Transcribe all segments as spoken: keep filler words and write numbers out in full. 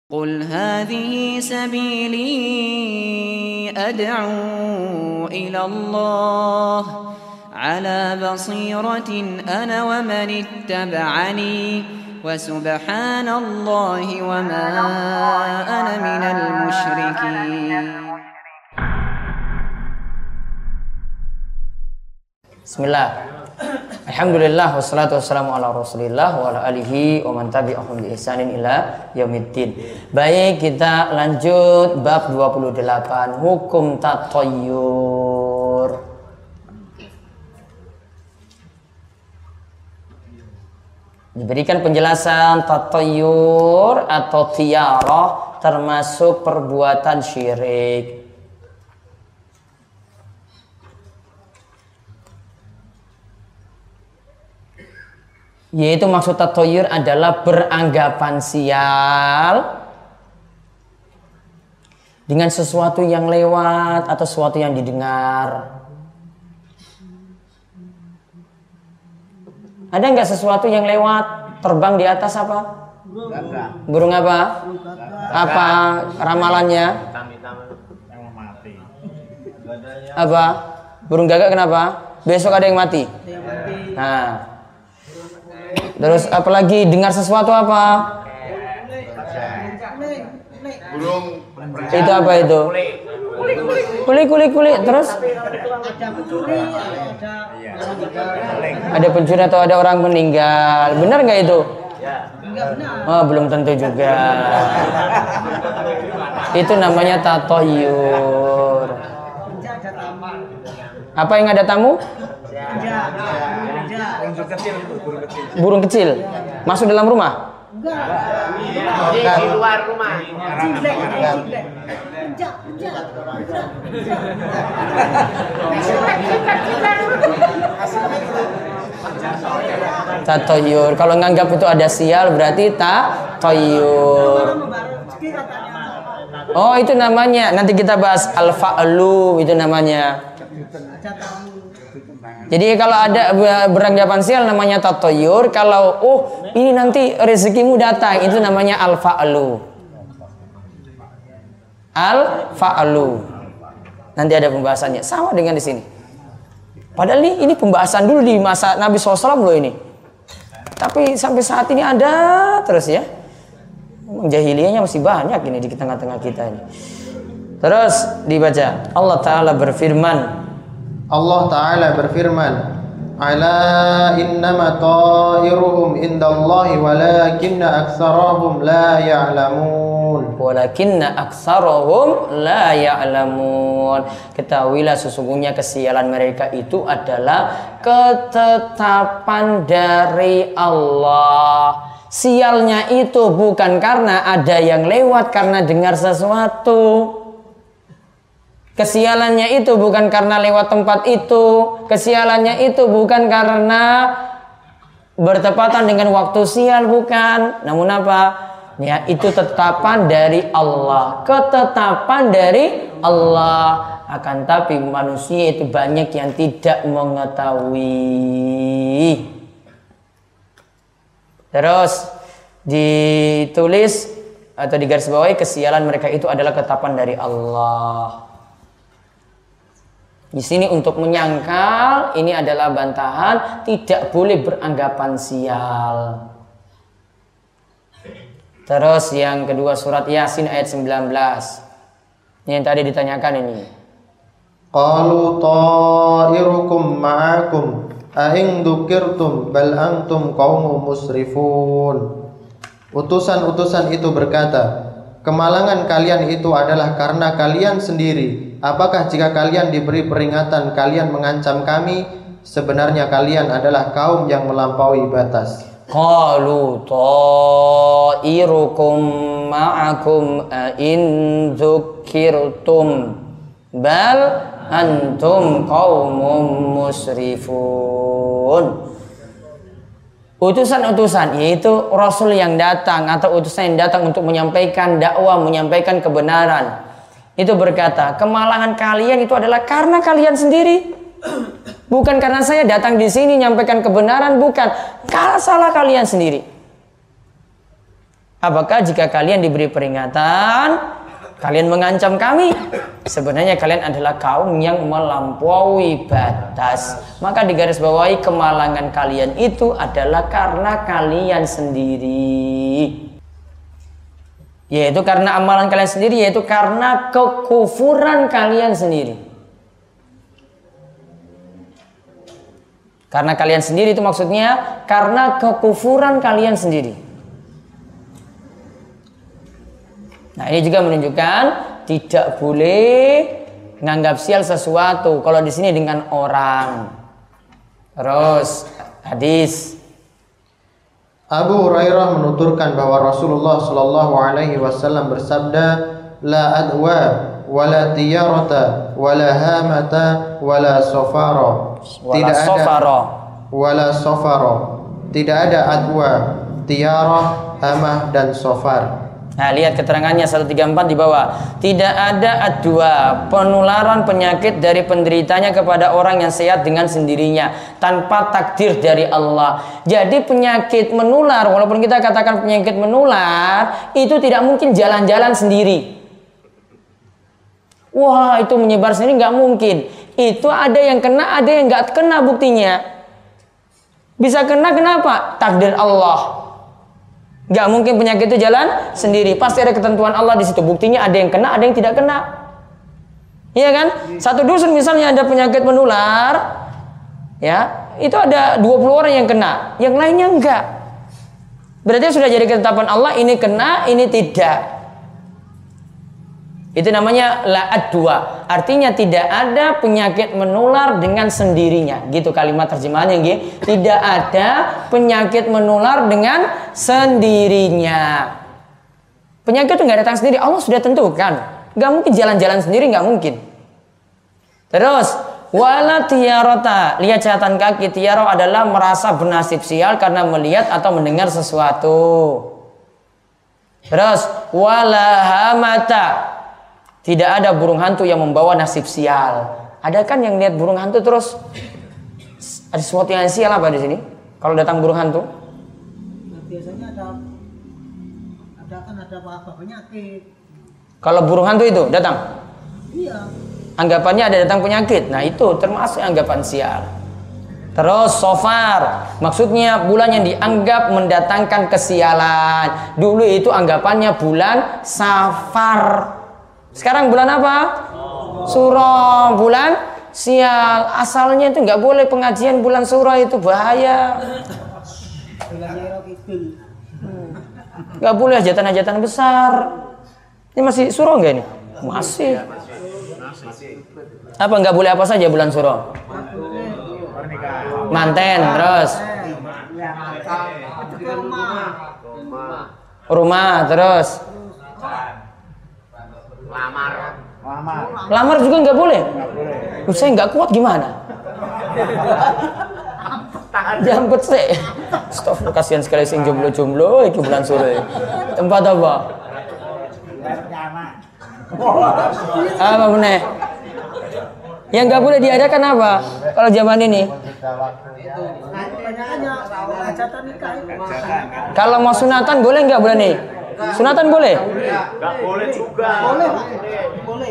قل هذه سبيلي أدعو إلى الله على بصيرة أنا ومن اتبعني وسبحان الله وما أنا من المشركين. Bismillah. Alhamdulillah wassalatu wassalamu ala Rasulillah wa ala alihi wa man tabi'ahum bi ihsanin ila yaumiddin. Baik, kita lanjut bab dua puluh delapan, hukum tatayyur. Diberikan penjelasan tatayyur atau tiarah termasuk perbuatan syirik. Yaitu maksud tatayyur adalah beranggapan sial dengan sesuatu yang lewat atau sesuatu yang didengar. Ada nggak sesuatu yang lewat terbang di atas apa? Burung apa? Apa ramalannya? Apa? Burung gagak kenapa? Besok ada yang mati. Nah. Terus apalagi dengar sesuatu apa? Burung. Itu apa itu? Kulik kulik kulik. Terus? Ada pencuri atau ada orang meninggal. Benar nggak itu? Oh, belum tentu juga. Itu namanya tatayyur. Apa yang ada tamu? Burung kecil, burung kecil. Burung kecil masuk dalam rumah? Enggak. Di, di luar rumah. Tatayyur. Kalau nganggap itu ada sial berarti tatayyur. Oh, itu namanya. Nanti kita bahas al-fa'lu, itu namanya. Jadi kalau ada beranggapan sial namanya tatayyur. Kalau oh ini nanti rezekimu datang, itu namanya al-fa'lu. Al-fa'lu. Nanti ada pembahasannya. Sama dengan di sini. Padahal ini, ini pembahasan dulu di masa Nabi shallallahu alaihi wasallam loh ini. Tapi sampai saat ini ada terus ya. Jahiliyahnya masih banyak ini di tengah-tengah kita ini. Terus dibaca. Allah Ta'ala berfirman. Allah Ta'ala berfirman, ala innama ta'iruhum indallahi walakinna aktsarahum la ya'lamun. Walakinna aktsarahum la ya'lamun. Ketahuilah sesungguhnya kesialan mereka itu adalah ketetapan dari Allah. Sialnya itu bukan karena ada yang lewat karena dengar sesuatu. Kesialannya itu bukan karena lewat tempat itu. Kesialannya itu bukan karena bertepatan dengan waktu sial, bukan. Namun apa? Ya, itu tetapan dari Allah. Ketetapan dari Allah. Akan tapi manusia itu banyak yang tidak mengetahui. Terus ditulis atau digarisbawahi kesialan mereka itu adalah ketetapan dari Allah. Di sini untuk menyangkal ini adalah bantahan, tidak boleh beranggapan sial. Terus yang kedua surat Yasin ayat sembilan belas. Ini yang tadi ditanyakan ini. Qalu ta'irukum ma'akum a in dzukirtum bal antum qaumun musrifun. Utusan-utusan itu berkata, kemalangan kalian itu adalah karena kalian sendiri. Apakah jika kalian diberi peringatan kalian mengancam kami? Sebenarnya kalian adalah kaum yang melampaui batas. Qalu ta'irukum ma'akum in dzukirtum bal antum qaumun musrifun. Utusan-utusan yaitu Rasul yang datang atau utusan yang datang untuk menyampaikan dakwah, menyampaikan kebenaran. Itu berkata, kemalangan kalian itu adalah karena kalian sendiri. Bukan karena saya datang di sini nyampaikan kebenaran, bukan. Karena salah kalian sendiri. Apakah jika kalian diberi peringatan, kalian mengancam kami? Sebenarnya kalian adalah kaum yang melampaui batas. Maka digarisbawahi kemalangan kalian itu adalah karena kalian sendiri. Yaitu karena amalan kalian sendiri, yaitu karena kekufuran kalian sendiri. Karena kalian sendiri itu maksudnya karena kekufuran kalian sendiri. Nah, ini juga menunjukkan tidak boleh menganggap sial sesuatu. Kalau di sini dengan orang. Terus hadis Abu Hurairah menuturkan bahwa Rasulullah Shallallahu Alaihi Wasallam bersabda, la adwa, wala tiyarata, wala hamata, wala sofaro. Tidak ada wala sofaro. Tidak ada adwa, tiarah, hamah dan sofar. Nah, lihat keterangannya seratus tiga puluh empat di bawah. Tidak ada adwa, penularan penyakit dari penderitanya kepada orang yang sehat dengan sendirinya tanpa takdir dari Allah. Jadi penyakit menular, walaupun kita katakan penyakit menular, itu tidak mungkin jalan-jalan sendiri. Wah, itu menyebar sendiri nggak mungkin. Itu ada yang kena, ada yang nggak kena buktinya. Bisa kena kenapa? Takdir Allah. Gak mungkin penyakit itu jalan sendiri. Pasti ada ketentuan Allah di situ. Buktinya ada yang kena, ada yang tidak kena. Iya kan? Satu dusun misalnya ada penyakit menular, ya, itu ada dua puluh orang yang kena, yang lainnya enggak. Berarti sudah jadi ketetapan Allah, ini kena, ini tidak. Itu namanya la adwa. Artinya tidak ada penyakit menular dengan sendirinya. Gitu kalimat terjemahannya, gitu. Tidak ada penyakit menular dengan sendirinya. Penyakit itu nggak datang sendiri. Allah sudah tentukan. Nggak mungkin jalan-jalan sendiri, nggak mungkin. Terus wala tiyarota. Lihat catatan kaki. Tiyaro adalah merasa bernasib sial karena melihat atau mendengar sesuatu. Terus wala hamata. Tidak ada burung hantu yang membawa nasib sial. Ada kan yang lihat burung hantu terus ada sesuatu yang sial apa di sini? Kalau datang burung hantu? Nah, biasanya ada ada kan ada apa penyakit. Kalau burung hantu itu datang? Iya. Anggapannya ada datang penyakit. Nah, itu termasuk anggapan sial. Terus sofar, maksudnya bulan yang dianggap mendatangkan kesialan. Dulu itu anggapannya bulan Safar. Sekarang bulan apa? Suro, bulan sial. Asalnya itu nggak boleh pengajian bulan suro, itu bahaya. Nggak boleh hajatan-hajatan besar. Ini masih suro nggak ini? Masih. Apa nggak boleh apa saja bulan suro? Manten, terus rumah, terus Lamar. Lamar. Lamar juga nggak boleh. boleh. Saya nggak kuat gimana? Jambet sih. Stop, kasihan sekali sing jomblo-jomblo iki bulan sore. Tempat apa? Apa bener? Yang nggak boleh diadakan apa? Kalau zaman ini? Kalau mau sunatan boleh nggak bulan ini? Sunatan boleh? Enggak boleh juga. Boleh, boleh.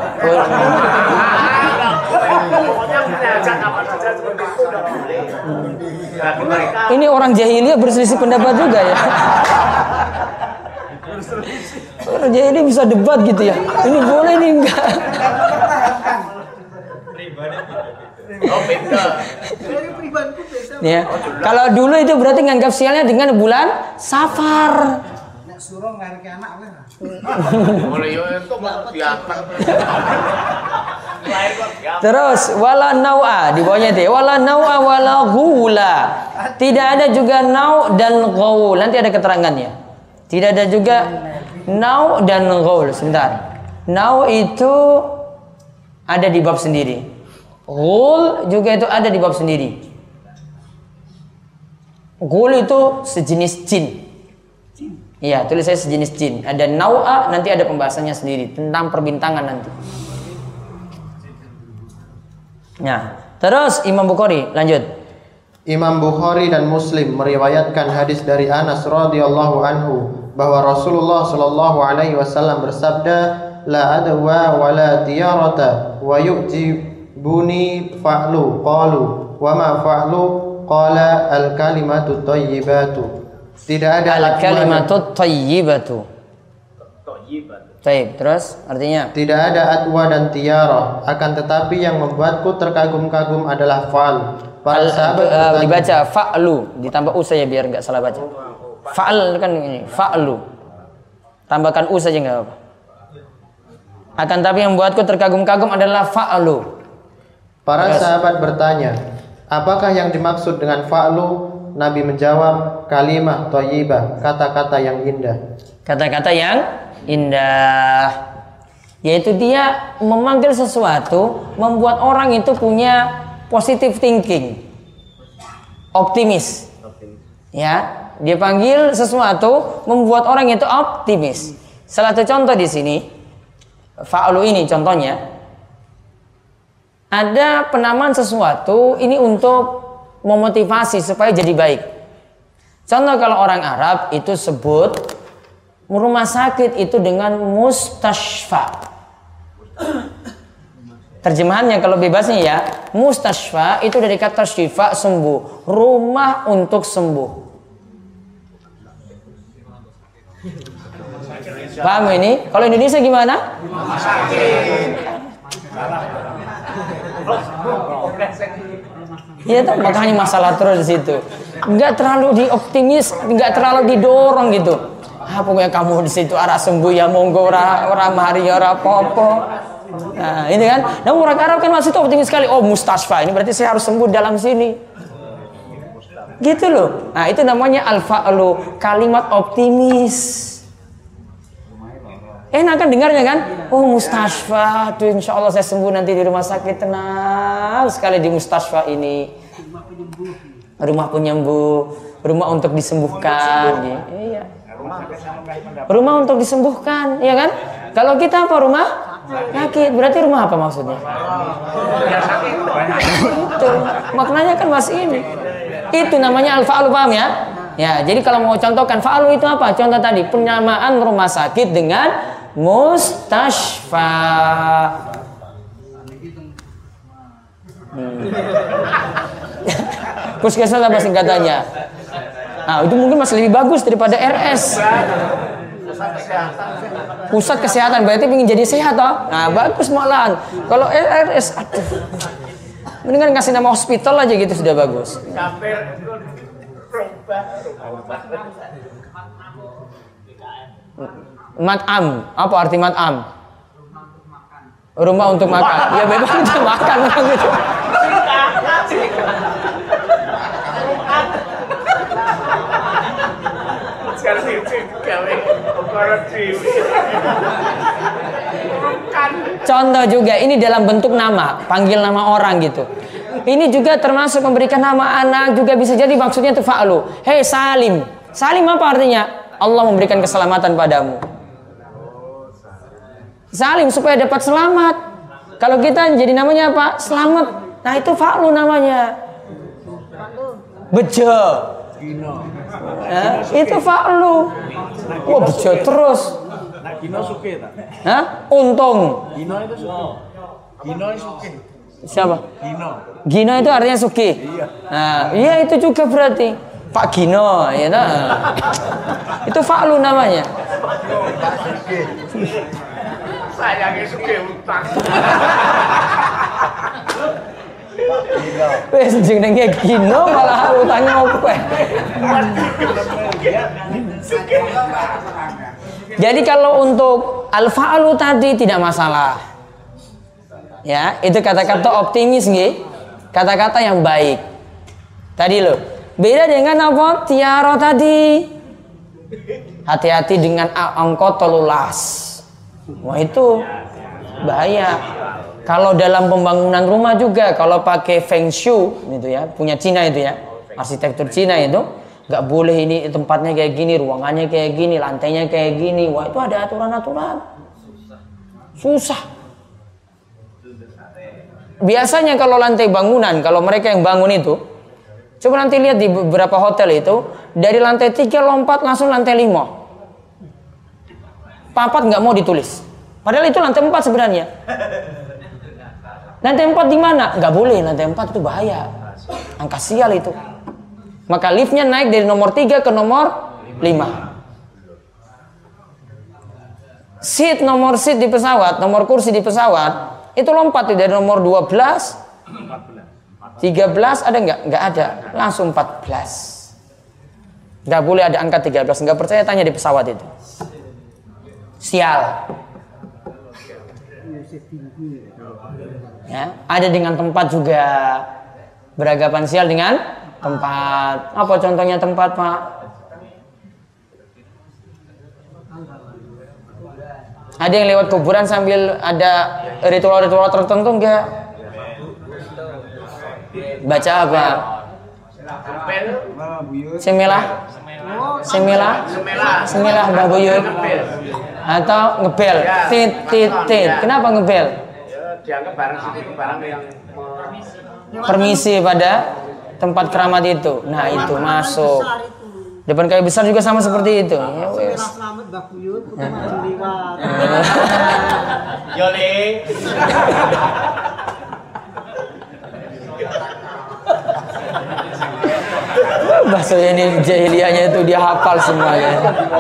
Pokoknya punya apa saja seperti itu enggak boleh. Ini orang jahiliyah berselisih pendapat juga ya. Orang jahiliyah bisa debat gitu ya. Ini boleh, ini enggak. Ya. Kalau dulu itu berarti nganggap sialnya dengan bulan Safar. Suruh ngariki anak weh. Boleh yo itu diangkat. Terus wala naua di bawahnya itu wala naua wala ghula. Tidak ada juga nau dan ghaul. Nanti ada keterangannya. Tidak ada juga nau dan ghaul. Sebentar. Nau itu ada di bab sendiri. Ghul juga itu ada di bab sendiri. Ghul itu sejenis jin. Iya, tulis saya sejenis jin. Ada nau'a, nanti ada pembahasannya sendiri tentang perbintangan nanti. Nah, terus Imam Bukhari lanjut. Imam Bukhari dan Muslim meriwayatkan hadis dari Anas radhiyallahu anhu bahwa Rasulullah Shallallahu Alaihi Wasallam bersabda, la adwa wa la tiyarata wa yu'jibuni fa'lu qalu wa ma fa'lu qala al kalimatu thayyibatu. Tidak ada al kalimatu thayyibatu. Baik, terus artinya tidak ada atwa dan tiara, akan tetapi yang membuatku terkagum-kagum adalah fa'al. Para sahabat uh, dibaca fa'lu, ditambah u saja biar enggak salah baca. Fa'al kan ini, fa'lu. Tambahkan u saja enggak apa-apa. Akan tapi yang membuatku terkagum-kagum adalah fa'lu. Para Terus. sahabat bertanya, apakah yang dimaksud dengan fa'lu? Nabi menjawab, kalimah thayyibah, kata-kata yang indah. Kata-kata yang indah, yaitu dia memanggil sesuatu, membuat orang itu punya positive thinking, optimis. Ya, dia panggil sesuatu, membuat orang itu optimis. Salah satu contoh di sini, fa'lu ini contohnya, ada penamaan sesuatu ini untuk memotivasi supaya jadi baik. Contoh kalau orang Arab itu sebut rumah sakit itu dengan mustashfa. Terjemahannya kalau bebasnya ya, mustashfa itu dari kata syifa, sembuh, rumah untuk sembuh. Paham ini? Kalau Indonesia gimana? Iya, makanya masalah terus di situ. Enggak terlalu dioptimis, enggak terlalu didorong gitu. Ah, pokoknya kamu di situ arah sembuh ya monggo ora ora mari ora apa-apa. Nah, ini kan. Nah, orang Arab kan masih tuh optimis sekali. Oh, mustasfa. Ini berarti saya harus sembuh dalam sini. Gitu loh. Nah, itu namanya al-fa'lu, kalimat optimis. Enak kan dengarnya kan? Oh, mustasfa. Tuh insya Allah saya sembuh nanti di rumah sakit, tenang sekali di mustasfa ini. Rumah penyembuh, rumah untuk disembuhkan. Iya. Rumah untuk disembuhkan, ya kan? Kalau kita apa rumah? Sakit. Berarti rumah apa maksudnya? Itu maknanya kan masih ini. Itu namanya al-fa'lu, paham ya? Ya, jadi kalau mau contohkan fa'lu itu apa? Contoh tadi penyamaan rumah sakit dengan mustashfa. Hmm. Puskesmas apa singkatannya? Nah, itu mungkin masih lebih bagus daripada R S. Pusat kesehatan berarti ingin jadi sehat toh? Nah, bagus malahan. Kalau R S, aduh. Mendingan kasih nama hospital aja gitu sudah bagus. Mat'am, apa arti mat'am? Rumah untuk makan. Ya bebas untuk makan gitu. Contoh juga ini dalam bentuk nama, panggil nama orang gitu. Ini juga termasuk memberikan nama anak, juga bisa jadi maksudnya itu fa'lu. Hei Salim. Salim apa artinya? Allah memberikan keselamatan padamu. Salim supaya dapat selamat. Kalau kita jadi namanya apa? Selamat. Nah, itu fa'lu namanya. Bejo. Ya, itu fa'lu. Wah, bejo terus. Nah, Gino suke tak? Hah? Untung. Gino itu suke. Gino itu suke. Siapa? Gino. Gino itu artinya suki. Iya. Nah, iya itu juga berarti Pak Gino, ya nah. Itu fa'lu namanya. Saya yang suke utang. Wes jenenge Gino malah utangnya opo. Jadi kalau untuk al-fa'lu tadi tidak masalah. Ya, itu kata-kata optimis nggih. Kata-kata yang baik. Tadi loh. Beda dengan apa? Tiara tadi. Hati-hati dengan angkot telulas. Wah, itu bahaya. Kalau dalam pembangunan rumah juga, kalau pakai feng shui gitu ya, punya Cina itu ya, arsitektur Cina itu, nggak boleh ini tempatnya kayak gini, ruangannya kayak gini, lantainya kayak gini. Wah, itu ada aturan-aturan. Susah. Biasanya kalau lantai bangunan, kalau mereka yang bangun itu, coba nanti lihat di beberapa hotel itu, dari lantai tiga lompat langsung lantai lima. papat nggak mau ditulis. Padahal itu lantai empat sebenarnya. Lantai empat di mana? Nggak boleh, lantai empat itu bahaya. Angka sial itu. Maka liftnya naik dari nomor tiga ke nomor lima. Seat, nomor seat di pesawat, nomor kursi di pesawat, itu lompat dari nomor dua belas, tiga belas ada nggak? Nggak ada. Langsung empat belas. Nggak boleh ada angka tiga belas. Nggak percaya tanya di pesawat itu. Sial. Ya, ada dengan tempat juga. Beragapan sial dengan tempat. Apa contohnya tempat, Pak? Ada yang lewat kuburan sambil ada ritual-ritual tertentu enggak? Baca apa? Semilah? Semilah? Semilah Mbah Buyut? Atau ngebel? Tit, tit, tit. Kenapa ngebel? Dianggap barang situ barang yang permisi pada tempat keramat itu. Nah, itu masuk. Depan kayu besar juga sama seperti itu. Ya wes. Selamat Mbah Buyut, kita liwat. Yole. Bahasa ini jahiliyahnya itu dia hafal semuanya.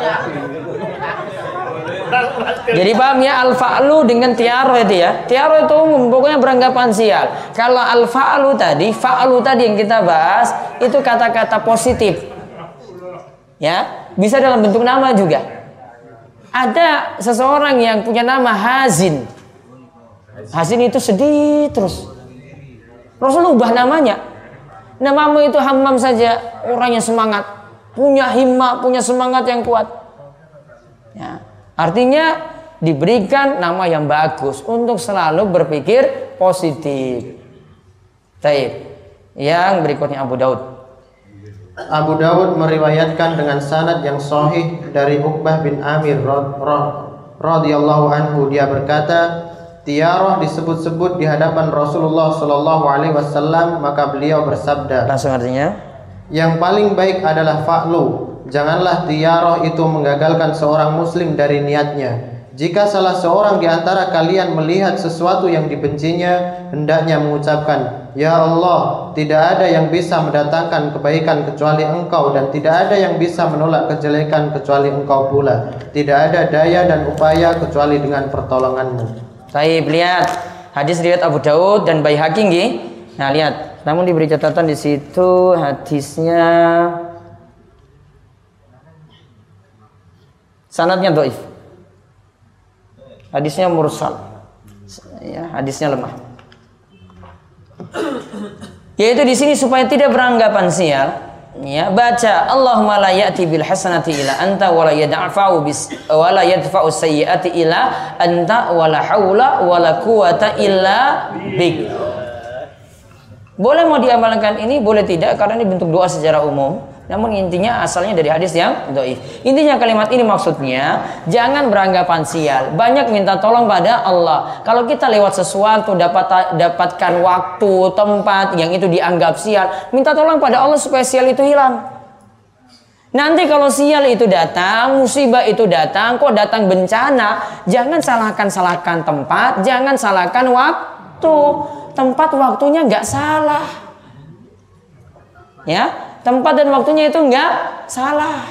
Jadi paham ya, al-fa'lu dengan tiaro itu ya. Tiaro itu umum, pokoknya beranggapan sial. Kalau al-fa'lu tadi, fa'lu tadi yang kita bahas itu kata-kata positif. Ya, bisa dalam bentuk nama juga. Ada seseorang yang punya nama Hazin. Hazin itu sedih terus. Rasul ubah namanya. Namamu itu Hammam saja, orangnya semangat, punya himmah, punya semangat yang kuat. Ya. Artinya diberikan nama yang bagus untuk selalu berpikir positif. Baik. Yang berikutnya Abu Daud. Abu Dawud meriwayatkan dengan sanad yang sahih dari Uqbah bin Amir radhiyallahu anhu, dia berkata, tiarah disebut-sebut di hadapan Rasulullah sallallahu alaihi wasallam, maka beliau bersabda. Langsung artinya, yang paling baik adalah fa'lu. Janganlah tiarah itu menggagalkan seorang muslim dari niatnya. Jika salah seorang di antara kalian melihat sesuatu yang dibencinya, hendaknya mengucapkan, ya Allah, tidak ada yang bisa mendatangkan kebaikan kecuali Engkau, dan tidak ada yang bisa menolak kejelekan kecuali Engkau pula. Tidak ada daya dan upaya kecuali dengan pertolongan-Mu. Baik, lihat hadis riwayat Abu Daud dan Baihaqi nggih. Nah, lihat, namun diberi catatan di situ hadisnya sanadnya dhaif. Hadisnya mursal. Ya, hadisnya lemah. Yaitu di sini supaya tidak beranggapan sial, ya, baca Allahumma la ya'ti bil hasanati ila anta wa la yadfa'u bis wa la yadfa'u sayyi'ati ila anta wa la haula wa la quwata illa bik. Boleh mau diamalkan ini, boleh tidak, karena ini bentuk doa secara umum. Namun intinya asalnya dari hadis yang dhaif. Intinya kalimat ini maksudnya jangan beranggapan sial. Banyak minta tolong pada Allah. Kalau kita lewat sesuatu dapat dapatkan waktu, tempat yang itu dianggap sial, minta tolong pada Allah supaya sial itu hilang. Nanti kalau sial itu datang, musibah itu datang, kok datang bencana, jangan salahkan-salahkan tempat, jangan salahkan waktu. Tempat waktunya nggak salah. Ya. Tempat dan waktunya itu enggak salah.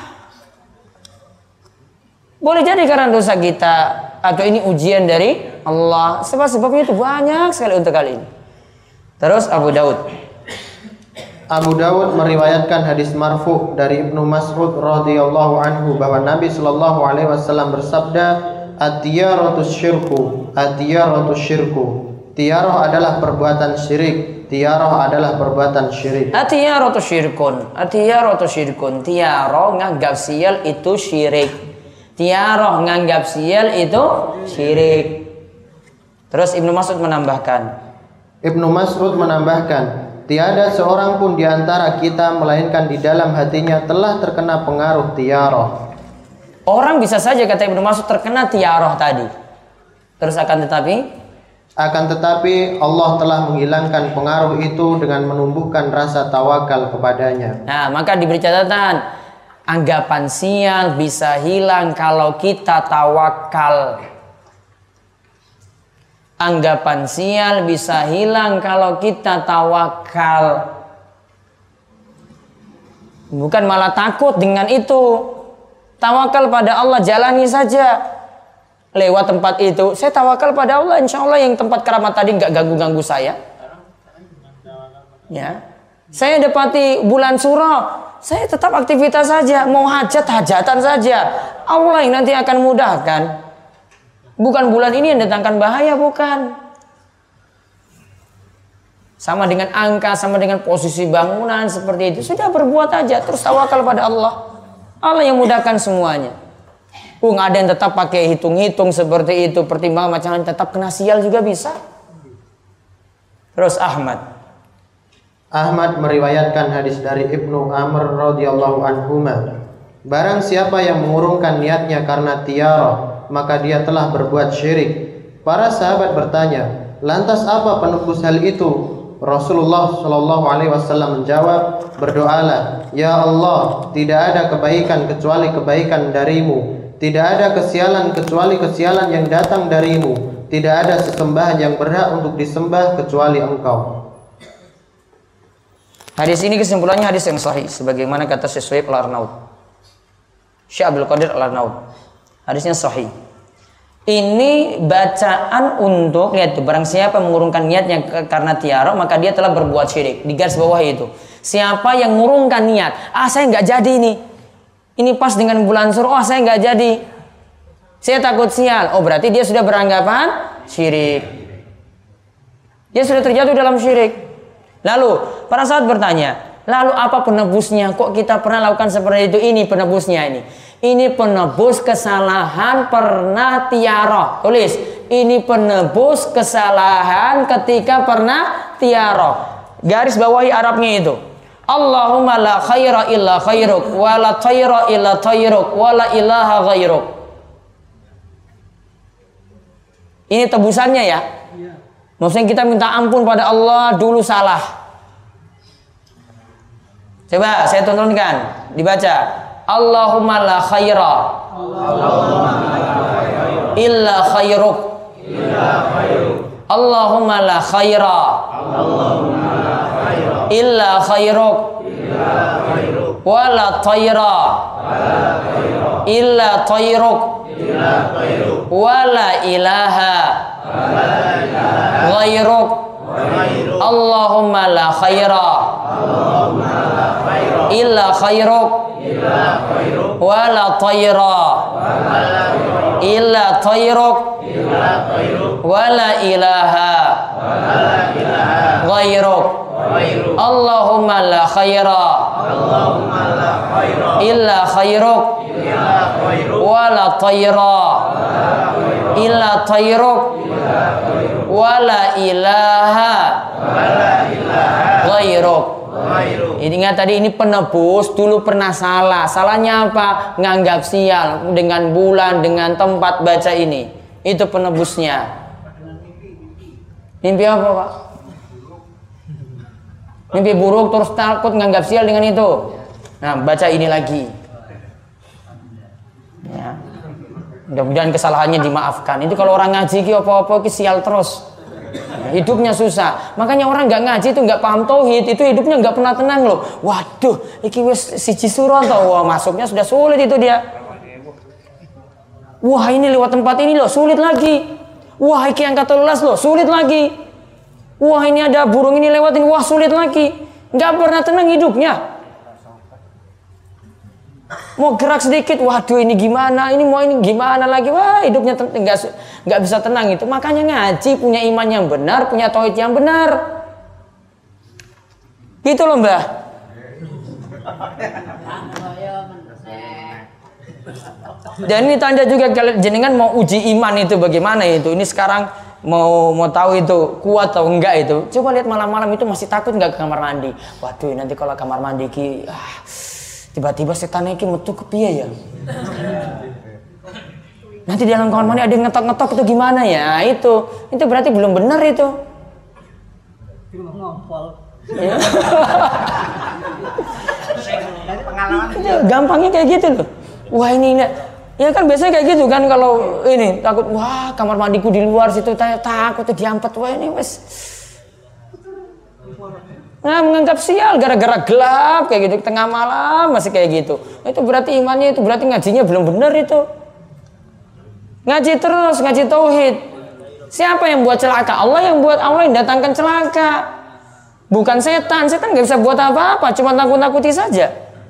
Boleh jadi karena dosa kita atau ini ujian dari Allah. Sebab-sebabnya itu banyak sekali untuk kali ini. Terus Abu Daud. Abu Dawud meriwayatkan hadis marfu dari Ibnu Mas'ud radhiyallahu anhu bahwa Nabi sallallahu alaihi wasallam bersabda, "At-tiyaratu syirku, at-tiyaratu syirku." Tiarah adalah perbuatan syirik. Tiarah adalah perbuatan syirik. At-tiyaratu syirkun. At-tiyaratu syirkun. Tiarah nganggap sial itu syirik. Tiarah nganggap sial itu syirik. Terus Ibnu Mas'ud menambahkan. Ibnu Mas'ud menambahkan, tiada seorang pun di antara kita melainkan di dalam hatinya telah terkena pengaruh tiarah. Orang bisa saja kata Ibnu Mas'ud terkena tiarah tadi. Terus akan tetapi Akan tetapi Allah telah menghilangkan pengaruh itu dengan menumbuhkan rasa tawakal kepadanya. Nah, maka diberi catatan. Anggapan sial bisa hilang kalau kita tawakal. Anggapan sial bisa hilang kalau kita tawakal. Bukan malah takut dengan itu. Tawakal pada Allah, jalani saja. Lewat tempat itu, saya tawakal pada Allah, insya Allah yang tempat keramat tadi nggak ganggu-ganggu saya. Ya, saya dapati bulan suro, saya tetap aktivitas saja, mau hajat hajatan saja. Allah yang nanti akan mudahkan. Bukan bulan ini yang datangkan bahaya, bukan. Sama dengan angka, sama dengan posisi bangunan seperti itu, sudah berbuat aja, terus tawakal pada Allah. Allah yang mudahkan semuanya. Uh, nggak ada yang tetap pakai hitung-hitung seperti itu, pertimbangan macam-macam, tetap kena sial juga bisa. Terus Ahmad. Ahmad meriwayatkan hadis dari Ibnu Amr radhiyallahu anhuma. Barang siapa yang mengurungkan niatnya karena tiara, maka dia telah berbuat syirik. Para sahabat bertanya, lantas apa penebus hal itu? Rasulullah shallallahu alaihi wasallam menjawab, berdoalah, ya Allah, tidak ada kebaikan kecuali kebaikan darimu. Tidak ada kesialan kecuali kesialan yang datang darimu. Tidak ada sesembahan yang berhak untuk disembah kecuali Engkau. Hadis ini kesimpulannya hadis yang sahih, sebagaimana kata Syekh Suhaib Al-Arnaud, Syekh Abdul Qadir Al-Arnaud. Hadisnya sahih. Ini bacaan untuk, lihat tuh, barang siapa mengurungkan niatnya karena tiara, maka dia telah berbuat syirik. Di garis bawah itu, siapa yang mengurungkan niat, ah saya nggak jadi nih. Ini pas dengan bulan Suro, oh saya nggak jadi. Saya takut sial. Oh berarti dia sudah beranggapan syirik. Dia sudah terjatuh dalam syirik. Lalu para sahabat bertanya, lalu apa penebusnya? Kok kita pernah lakukan seperti itu? Ini penebusnya ini. Ini penebus kesalahan pernah tiara. Tulis, ini penebus kesalahan ketika pernah tiara. Garis bawahi Arabnya itu. Allahumma la khaira illa khairuk, wa la tayra illa tayruk, wa la ilaha ghairuk. Ini tebusannya ya. Maksudnya kita minta ampun pada Allah dulu salah. Coba saya tontonkan, dibaca. Allahumma la khaira illa khairuk. Allahumma la khaira illa khairuk wala tayra illa tayruk wala ilaha ghairuk. Allahumma la khaira illa khairuk wala tayra illa tayruk wala ilaha ghairuk. Allahumma la khaira illa khairuk wala tayra illa tayruk wala ilaha ghairuk. Ingat tadi ini penebus, dulu pernah salah. Salahnya apa? Nganggap sial dengan bulan, dengan tempat baca ini. Itu penebusnya. Mimpi apa, Pak? Mimpi buruk terus takut nganggap sial dengan itu. Nah, baca ini lagi. Ya. Mudah-mudahan kesalahannya dimaafkan. Itu kalau orang ngaji ki apa-apa ki sial terus. Hidupnya susah. Makanya orang nggak ngaji itu nggak paham tauhid, itu hidupnya nggak pernah tenang loh. Waduh, iki wis siji surah tau, wah masuknya sudah sulit itu dia. Wah ini lewat tempat ini loh, sulit lagi. Wah iki angka telas loh, sulit lagi. Wah ini ada burung ini lewatin, wah sulit lagi. Nggak pernah tenang hidupnya. Mau gerak sedikit, waduh ini gimana, ini mau ini gimana lagi, wah hidupnya nggak nggak bisa tenang itu. Makanya ngaji punya iman yang benar, punya tauhid yang benar. Gitu loh Mbah. Dan ini tanda juga kalau jenengan mau uji iman itu bagaimana itu. Ini sekarang mau mau tahu itu kuat atau enggak itu. Coba lihat malam-malam itu masih takut nggak ke kamar mandi. Waduh nanti kalau kamar mandi ki. Ah, tiba-tiba setan iki metu ke piye ya? Nanti di dalam kamar mandi ada yang ngetok-ngetok itu gimana ya? Itu itu berarti belum benar itu. Belum ngompol. Ya. Pengalaman. Gampangnya kayak gitu loh. Wah ini enggak. Ya kan biasanya kayak gitu kan kalau ini takut wah kamar mandiku di luar situ takut tuh diampet wah ini wes. Nah menganggap sial gara-gara gelap kayak gitu tengah malam masih kayak gitu. Itu berarti imannya itu berarti ngajinya belum benar itu. Ngaji terus ngaji tauhid. Siapa yang buat celaka? Allah yang buat, Allah yang datangkan celaka. Bukan setan. Setan nggak bisa buat apa-apa, cuma takut-takuti saja.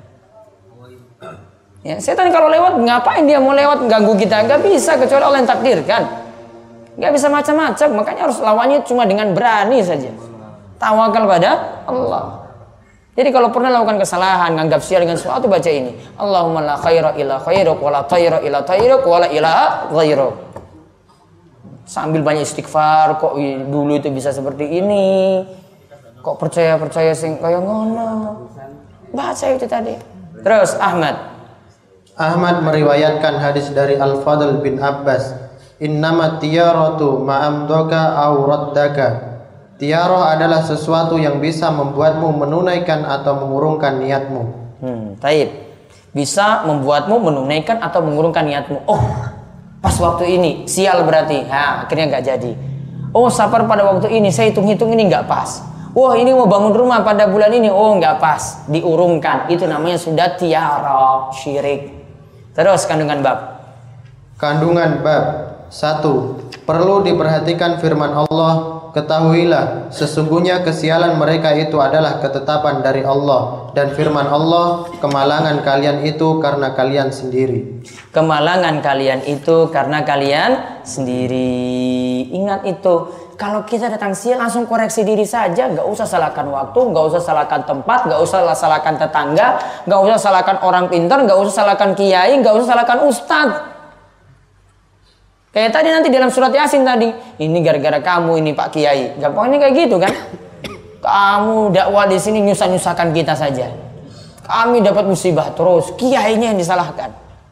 Ya, setan kalau lewat ngapain dia mau lewat ganggu kita? Nggak bisa kecuali Allah yang takdirkan. Nggak bisa macam-macam, makanya harus lawannya cuma dengan berani saja. Tawakal pada Allah. Jadi kalau pernah lakukan kesalahan, nganggap sial dengan sesuatu, baca ini. Allahumma la khaira illa khairuk wa la tayra illa tayruk wa la ilaha ghairuk. Sambil banyak istighfar, kok dulu itu bisa seperti ini? Kok percaya-percaya sing kaya ngono? Baca itu tadi. Terus Ahmad. Ahmad meriwayatkan hadis dari Al-Fadl bin Abbas, innama tiyaratu ma'amdoka awraddaka. Tiaroh adalah sesuatu yang bisa membuatmu menunaikan atau mengurungkan niatmu. Hmm, taib. Bisa membuatmu menunaikan atau mengurungkan niatmu. Oh, pas waktu ini sial berarti. Ha, akhirnya nggak jadi. Oh, safar pada waktu ini saya hitung-hitung ini nggak pas. Wah, ini mau bangun rumah pada bulan ini. Oh, nggak pas. Diurungkan. Itu namanya sudah tiaroh syirik. Terus kandungan bab. Kandungan bab satu. Perlu diperhatikan firman Allah, ketahuilah sesungguhnya kesialan mereka itu adalah ketetapan dari Allah, dan firman Allah, kemalangan kalian itu karena kalian sendiri. Kemalangan kalian itu karena kalian sendiri. Ingat itu. Kalau kita datang sial langsung koreksi diri saja, nggak usah salahkan waktu, nggak usah salahkan tempat, nggak usah salahkan tetangga, nggak usah salahkan orang pintar, nggak usah salahkan kiai, nggak usah salahkan ustadz. Kayak tadi nanti dalam surat Yasin tadi, ini gara-gara kamu ini Pak Kiai, gampangnya kayak gitu kan? Kamu dakwah di sini nyusah-nyusahkan kita saja, kami dapat musibah terus, kiainya yang disalahkan.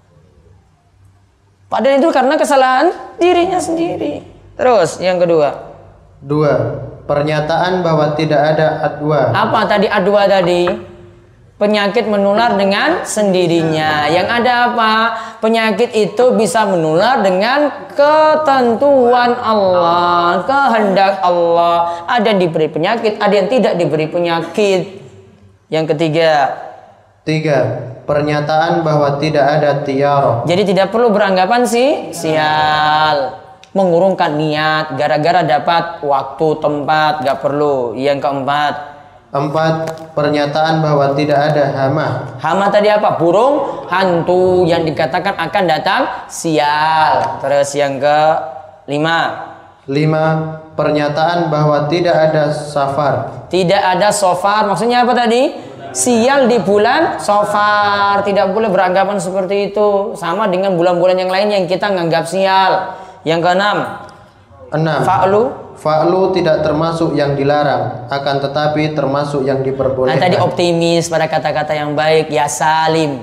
Padahal itu karena kesalahan dirinya sendiri. Terus yang kedua. Dua, pernyataan bahwa tidak ada adwa. Apa tadi adwa tadi? Penyakit menular dengan sendirinya. Yang ada apa? Penyakit itu bisa menular dengan ketentuan Allah, kehendak Allah. Ada yang diberi penyakit, ada yang tidak diberi penyakit. Yang ketiga. Tiga, pernyataan bahwa tidak ada tiaroh. Jadi tidak perlu beranggapan sih sial. Mengurungkan niat gara-gara dapat waktu tempat gak perlu. Yang keempat. Empat, pernyataan bahwa tidak ada hama. Hama tadi apa? Burung hantu yang dikatakan akan datang sial. Terus yang ke lima. Lima, pernyataan bahwa tidak ada safar. Tidak ada safar. Maksudnya apa tadi? Sial di bulan safar. Tidak boleh beranggapan seperti itu. Sama dengan bulan-bulan yang lain yang kita nganggap sial. Yang keenam. Enam. Fa'lu. Fa'lu tidak termasuk yang dilarang, akan tetapi termasuk yang diperbolehkan. Nah, tadi optimis pada kata-kata yang baik, ya salim,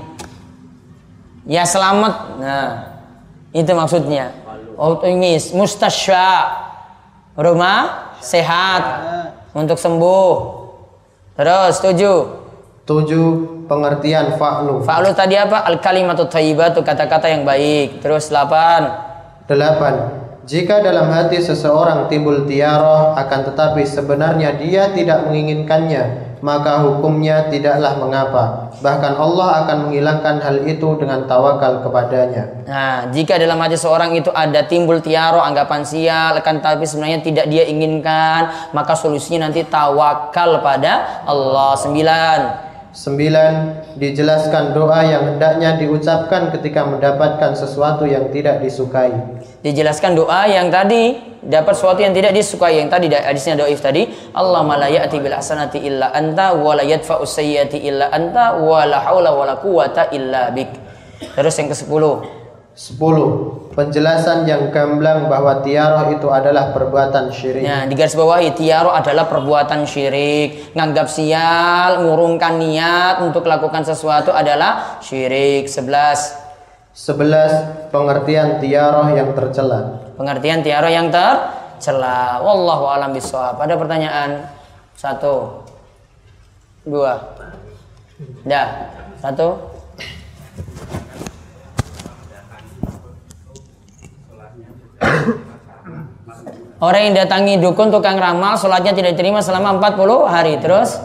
ya selamat. Nah, itu maksudnya. Optimis, mustasya, rumah sehat untuk sembuh. Terus tujuh. Tujuh, pengertian fa'lu. Fa'lu tadi apa? Al kalimatu thayyibah, kata-kata yang baik. Terus delapan. Delapan. Jika dalam hati seseorang timbul tiaroh, akan tetapi sebenarnya dia tidak menginginkannya, maka hukumnya tidaklah mengapa. Bahkan Allah akan menghilangkan hal itu dengan tawakal kepadanya. Nah, jika dalam hati seorang itu ada timbul tiaroh, anggapan sial, akan tetapi sebenarnya tidak dia inginkan, maka solusinya nanti tawakal pada Allah. Sembilan. Sembilan, dijelaskan doa yang hendaknya diucapkan ketika mendapatkan sesuatu yang tidak disukai. Dijelaskan doa yang tadi dapat sesuatu yang tidak disukai, yang tadi hadisnya dhaif tadi, Allahumma la ya'ti bil hasanati illa anta wa la yadfa'u sayyiati illa anta wa la haula wa la quwwata illa bik. Terus yang kesepuluh. Sepuluh, penjelasan yang gamblang bahwa tiaroh itu adalah perbuatan syirik. Nah, di garis bawahi, tiaroh adalah perbuatan syirik. Nganggap sial, ngurungkan niat untuk lakukan sesuatu adalah syirik. Sebelas. Sebelas, pengertian tiaroh yang tercela. Pengertian tiaroh yang tercela. Wallahu a'lam bishawab. Ada pertanyaan? Satu, dua, dah. Satu. Orang yang datangi dukun tukang ramal, sholatnya tidak diterima selama empat puluh hari. Terus?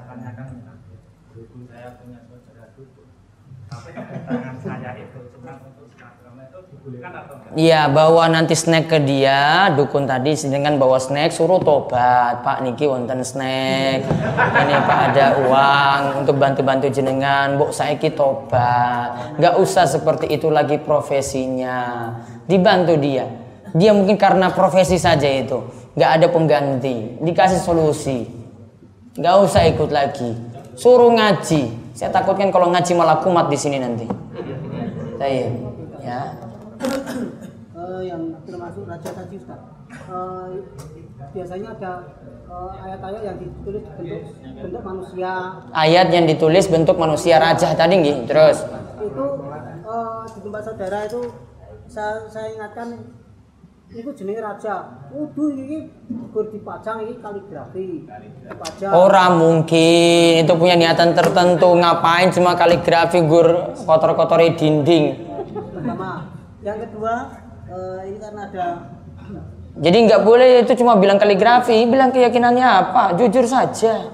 Iya, bawa nanti snack ke dia, dukun tadi dengan bawa snack, suruh tobat. Pak niki wonten snack, ini Pak ada uang untuk bantu-bantu jenengan, Mbok saiki tobat. Gak usah seperti itu lagi profesinya, dibantu dia. Dia mungkin karena profesi saja itu, gak ada pengganti, dikasih solusi. Gak usah ikut lagi, suruh ngaji. Saya takutkan kalau ngaji malah kumat di sini nanti. Saya, ya. Uh, yang termasuk raja tadi Ustaz, uh, biasanya ada uh, ayat-ayat yang ditulis bentuk bentuk manusia. Ayat yang ditulis bentuk manusia raja tadi nggih. Terus itu uh, di tempat saudara itu saya, saya ingatkan itu jenis raja. Udah ini gur dipajang ini kaligrafi. Dipajang. Orang mungkin itu punya niatan tertentu, ngapain cuma kaligrafi gur kotor-kotori dinding. Pertama, yang kedua uh, ini karena ada. Jadi nggak boleh itu cuma bilang kaligrafi, bilang keyakinannya apa, jujur saja.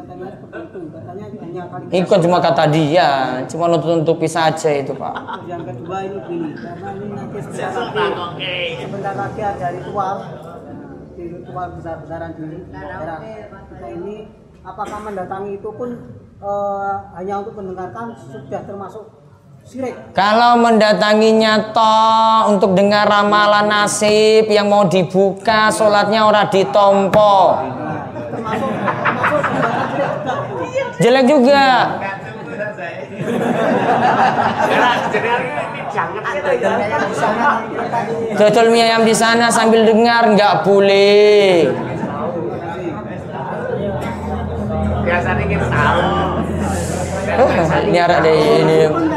Ikut cuma kata dia, cuma nutup-nutupi saja itu Pak. Yang kedua ini gini, karena ini nanti sebentar lagi, sebentar lagi ada ritual, ritual besar-besaran di daerah kita ini. Apakah mendatangi itu pun uh, hanya untuk mendengarkan sudah termasuk syirik? Kalau mendatanginya toh untuk dengar ramalan nasib yang mau dibuka, sholatnya orang ditompo. Termasuk termasuk Jelek juga. Dodol mie ayam di sana sambil dengar nggak boleh. Biasanya kita tahu. Oh, ini arah deh ini.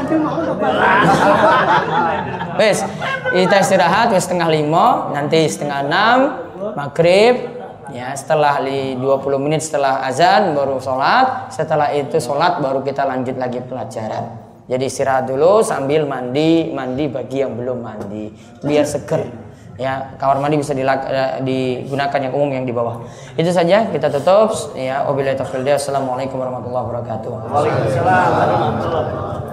Wes, kita istirahat wes setengah lima, nanti setengah enam maghrib. Ya, setelah dua puluh menit setelah azan baru sholat. Setelah itu sholat baru kita lanjut lagi pelajaran. Jadi istirahat dulu sambil mandi, mandi bagi yang belum mandi, biar seger. Ya, kamar mandi bisa digunakan yang umum yang di bawah. Itu saja, kita tutup. Ya, wabillahi taufiq. Assalamualaikum warahmatullahi wabarakatuh. Waalaikumsalam warahmatullahi wabarakatuh.